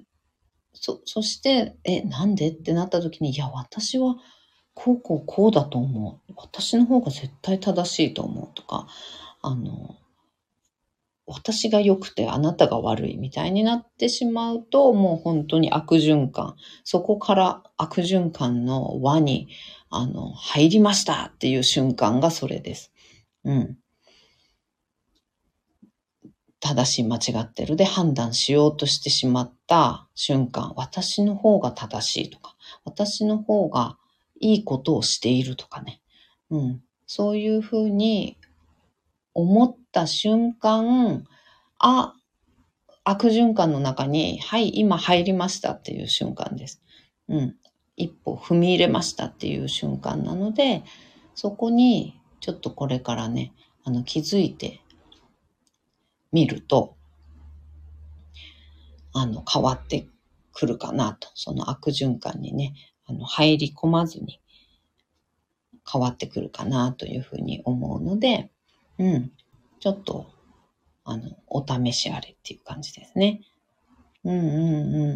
そ、そして、え、なんでってなった時に、いや、私は、こうこうこうだと思う。私の方が絶対正しいと思うとか、あの、 私が良くてあなたが悪いみたいになってしまうと、もう本当に悪循環。そこから悪循環の輪に、あの、入りましたっていう瞬間がそれです。うん。正しい間違ってるで判断しようとしてしまった瞬間、私の方が正しいとか、私の方がいいことをしているとかね。うん。そういうふうに思った瞬間、あ、悪循環の中に、はい、今入りましたっていう瞬間です。うん。一歩踏み入れましたっていう瞬間なので、そこにちょっとこれからね、あの気づいてみると、あの変わってくるかなと。その悪循環にね、あの入り込まずに変わってくるかなというふうに思うので、うん。ちょっと、あの、お試しあれっていう感じですね。うんうんうん。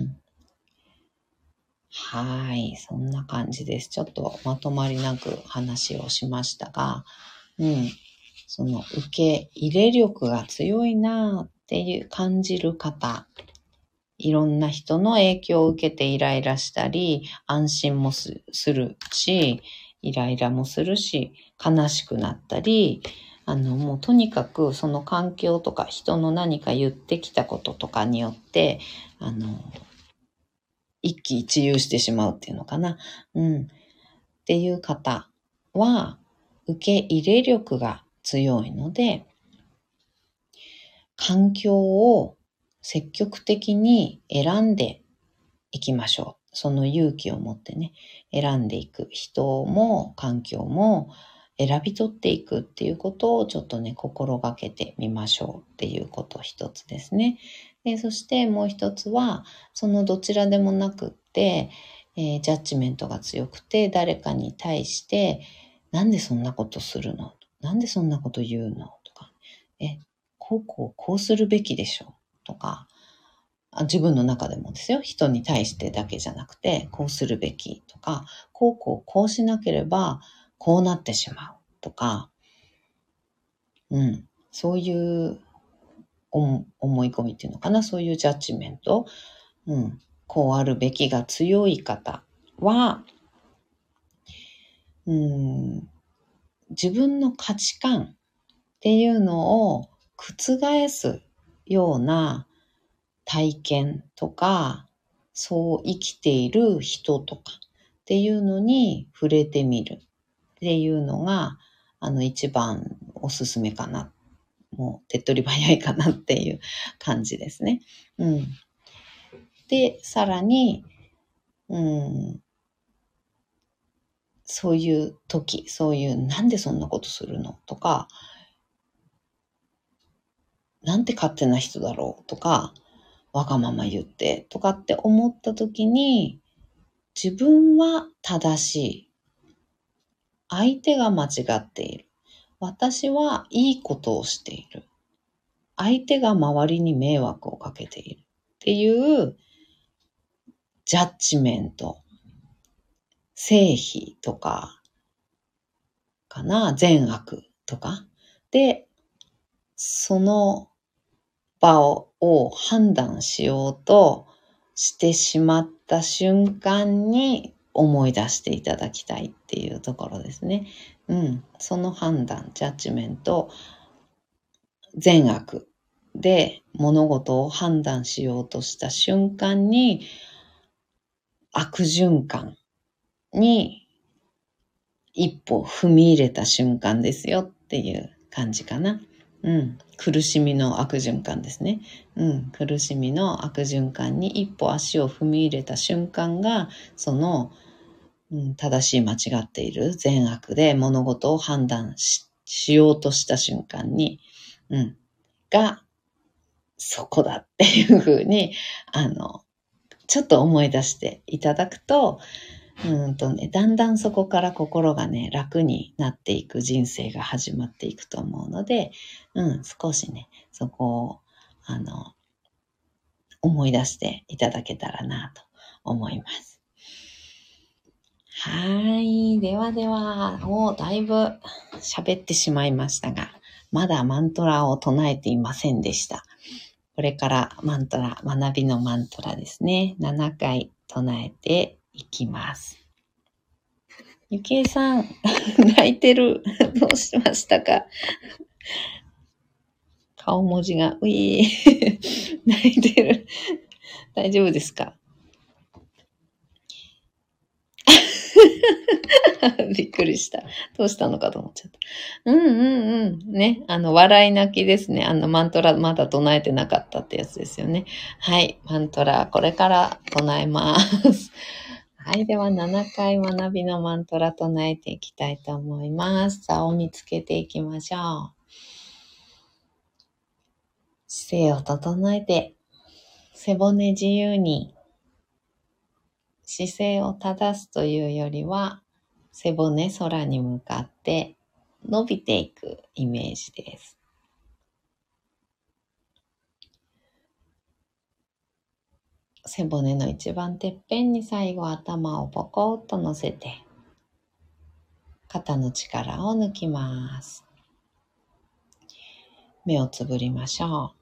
はい。そんな感じです。ちょっとまとまりなく話をしましたが、うん。その受け入れ力が強いなっていう感じる方、いろんな人の影響を受けてイライラしたり、安心もするし、イライラもするし、悲しくなったり、あの、もうとにかくその環境とか人の何か言ってきたこととかによって、あの、一喜一憂してしまうっていうのかな。うん。っていう方は、受け入れ力が強いので、環境を積極的に選んでいきましょう。その勇気を持ってね、選んでいく。人も環境も選び取っていくっていうことをちょっとね、心がけてみましょうっていうこと一つですね。で、そしてもう一つは、そのどちらでもなくって、えージャッジメントが強くて、誰かに対して、なんでそんなことするの？なんでそんなこと言うの？とか、え、こうこうこうするべきでしょ？とか、あ自分の中でもですよ。人に対してだけじゃなくて、こうするべきとか、こうこうこうしなければこうなってしまうとか、うん。そういう思思い込みっていうのかな。そういうジャッジメント。うん。こうあるべきが強い方は、うん、自分の価値観っていうのを覆すような体験とか、そう生きている人とかっていうのに触れてみるっていうのが、あの一番おすすめかな。もう手っ取り早いかなっていう感じですね。うん。で、さらに、うん、そういう時、そういうなんでそんなことするのとか、なんて勝手な人だろうとか、わがまま言ってとかって思った時に、自分は正しい。相手が間違っている。私はいいことをしている。相手が周りに迷惑をかけている。っていうジャッジメント、正否とか、かな、善悪とか。で、その場を判断しようとしてしまった瞬間に思い出していただきたいっていうところですね。うん。その判断、ジャッジメント、善悪で物事を判断しようとした瞬間に悪循環に一歩踏み入れた瞬間ですよっていう感じかな。うん。苦しみの悪循環ですね。うん。苦しみの悪循環に一歩足を踏み入れた瞬間が、その、うん、正しい間違っている善悪で物事を判断 し, しようとした瞬間に、うん。が、そこだっていうふうに、あの、ちょっと思い出していただくと、うんとね、だんだんそこから心がね、楽になっていく人生が始まっていくと思うので、うん、少しね、そこを、あの、思い出していただけたらなと思います。はい。ではでは、もうだいぶ喋ってしまいましたが、 まだマントラを唱えていませんでした。これからマントラ、学びのマントラですね。ななかい唱えていきます。ゆきえさん、泣いてる。どうしましたか？顔文字が、ういー、泣いてる。大丈夫ですか？びっくりした。どうしたのかと思っちゃった。うんうんうん。ね。あの、笑い泣きですね。あの、マントラまだ唱えてなかったってやつですよね。はい。マントラ、これから唱えます。はい。では、ななかい学びのマントラ唱えていきたいと思います。座を見つけていきましょう。姿勢を整えて、背骨自由に、姿勢を正すというよりは、背骨空に向かって伸びていくイメージです。背骨の一番てっぺんに最後頭をポコッと乗せて、肩の力を抜きます。目をつぶりましょう。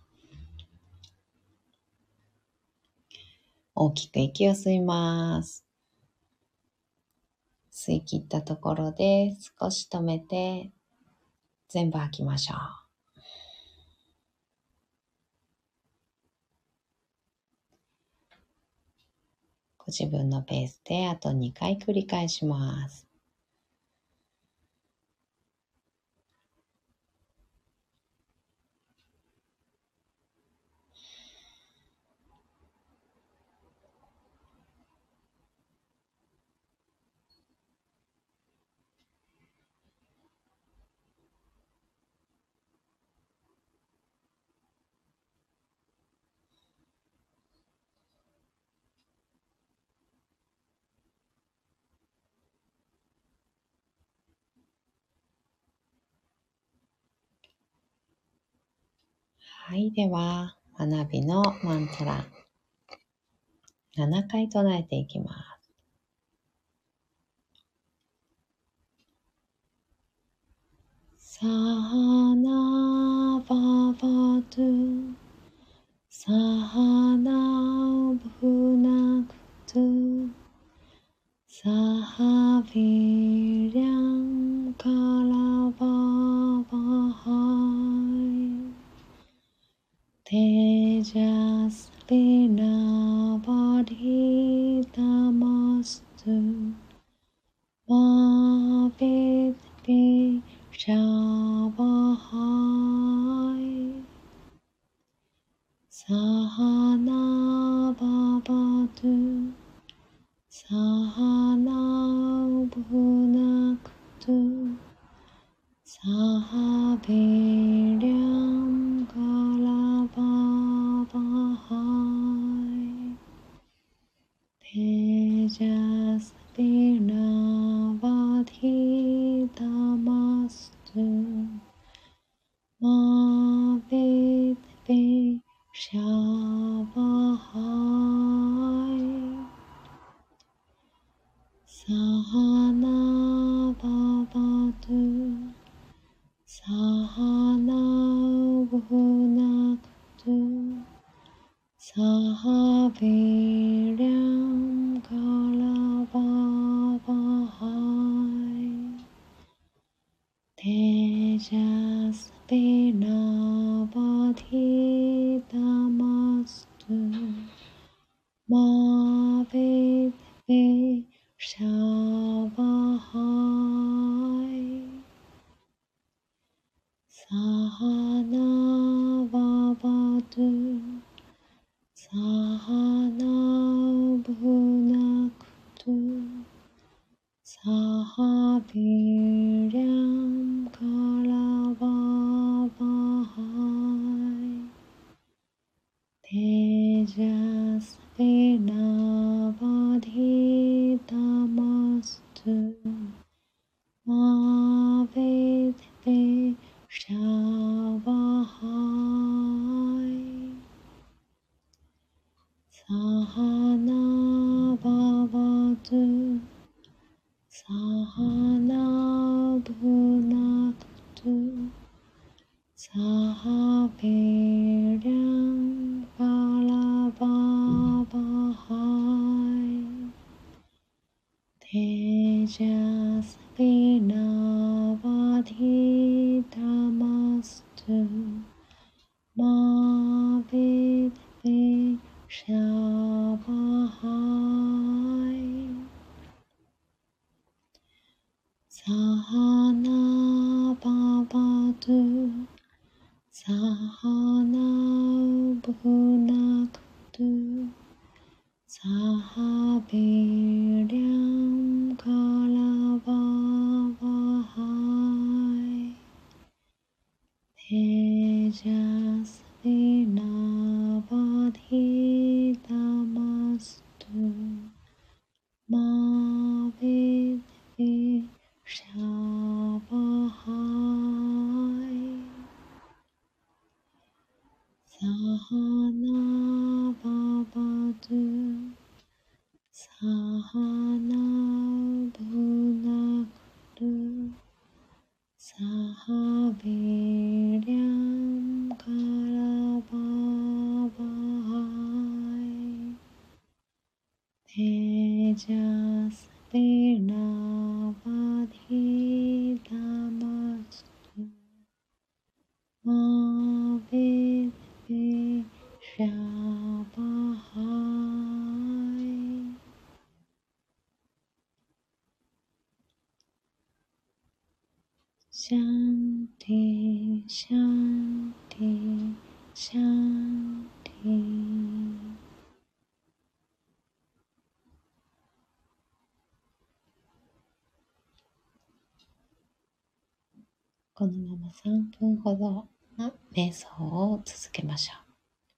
大きく息を吸います。吸い切ったところで少し止めて、全部吐きましょう。ご自分のペースであとにかい繰り返します。はい、では、学びのマントラ、ななかい唱えていきます。サハナババドゥ、サハナブナクトゥ、サハビリャンカラババハイ。Tejas Vinavadhi Tamastu Mavid Vishavahai Sahana Bhavatu Sahana Bhunaktu Sahaviryam Kalavavahai Tejas Vinavadhi Tamastu Mavid Vishavahai Sahana Bhavatu Sahana Bhunaktu Sahaviryam Kalavavahai Tejas Vinavadhi Tamastu Mavid Vishavahai Sahana Vavatu Sahana Bhunaktu Sahaviryam Kalavavahai Tejas Vinavadhi Tamastu Mavid Vishavahai Sahana Bhavatu Sahana Bhunaktu Sahabiryam Valavavahai Tejasvinavadhitamastu Ma Vidvishabhai Sahana Bhavatu Sahana Bhunaktu Sahabiryam Kalavavahai Tejasvinavadhitamastu Ma Vidvishabhai Sahana Bhavatu Sahana Bhunaktu Sahabiryam Kalavavahai Tejasvinavadhitamastu Ma Vidvishabhai Shanti, Shanti, Shanti. このままさんぷんほどの瞑想を続けましょう。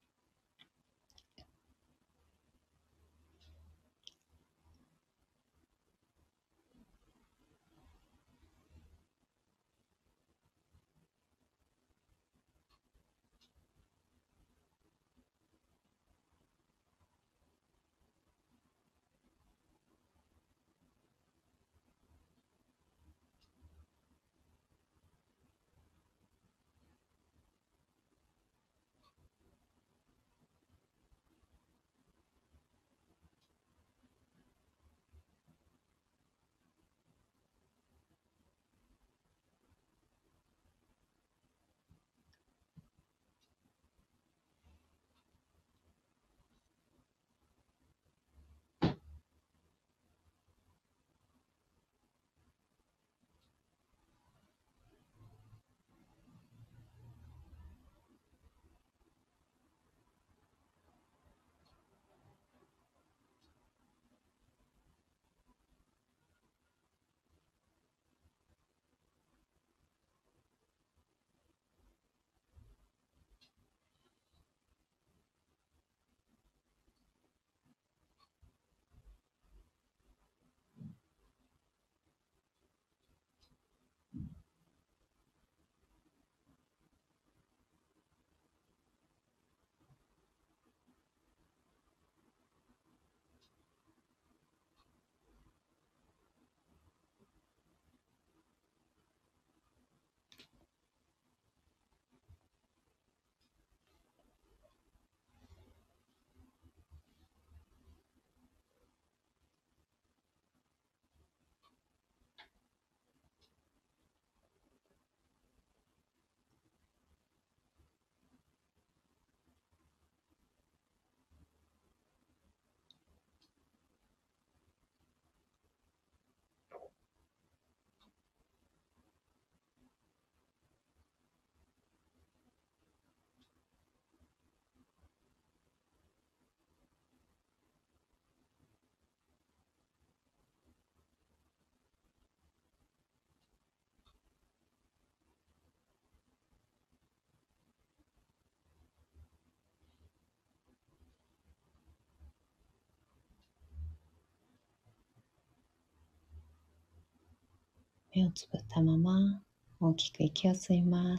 目をつぶったまま大きく息を吸います。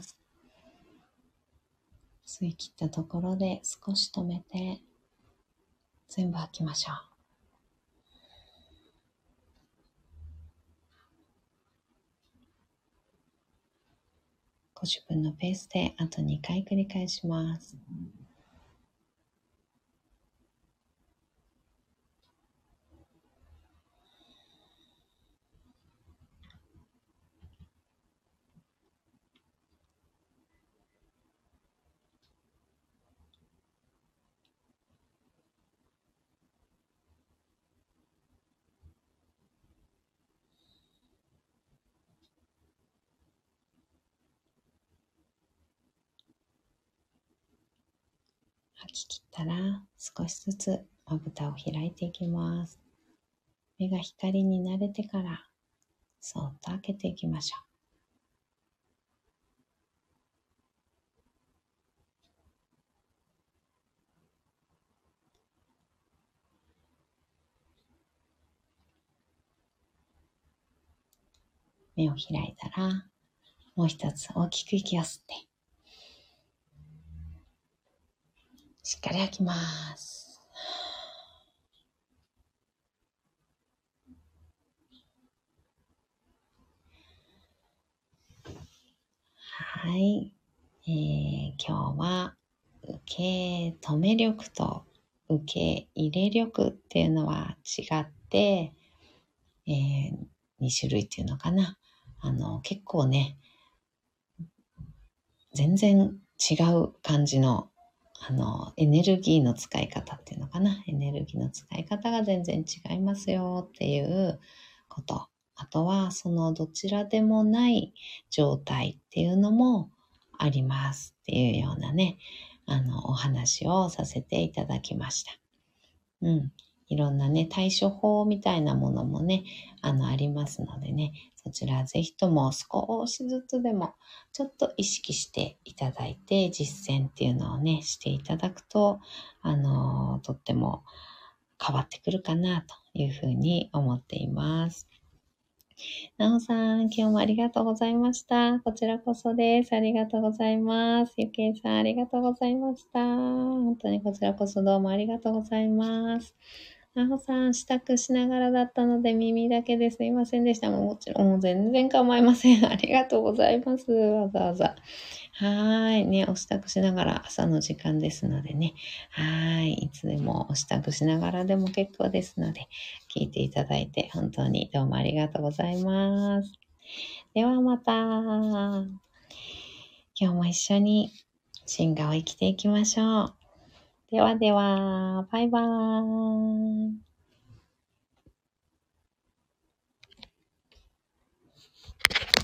吸い切ったところで少し止めて全部吐きましょう。 ご自分のペースであとにかい繰り返します。吐き切ったら少しずつまぶたを開いていきます。目が光に慣れてからそーっと開けていきましょう。目を開いたらもう一つ大きく息を吸ってしっかり吐きます。はい、えー、今日は受け止め力と受け入れ力っていうのは違って、えー、に種類っていうのかな。あの結構ね全然違う感じのあのエネルギーの使い方っていうのかな。エネルギーの使い方が全然違いますよっていうこと。あとはそのどちらでもない状態っていうのもありますっていうようなね、あのお話をさせていただきました。うん。いろんなね、対処法みたいなものもね、あの、ありますのでね、そちらぜひとも少しずつでもちょっと意識していただいて、実践っていうのをね、していただくと、あの、とっても変わってくるかなというふうに思っています。なおさん、今日もありがとうございました。こちらこそです。ありがとうございます。ゆけいさん、ありがとうございました。本当にこちらこそどうもありがとうございます。なおさん、支度しながらだったので耳だけですいませんでした。ももちろん、もう全然構いません。ありがとうございます。わざわざ。はーい。ね、お支度しながら朝の時間ですのでね。はーい。いつでもお支度しながらでも結構ですので、聞いていただいて本当にどうもありがとうございます。ではまた。今日も一緒に進化を生きていきましょう。ではでは、バイバーイ。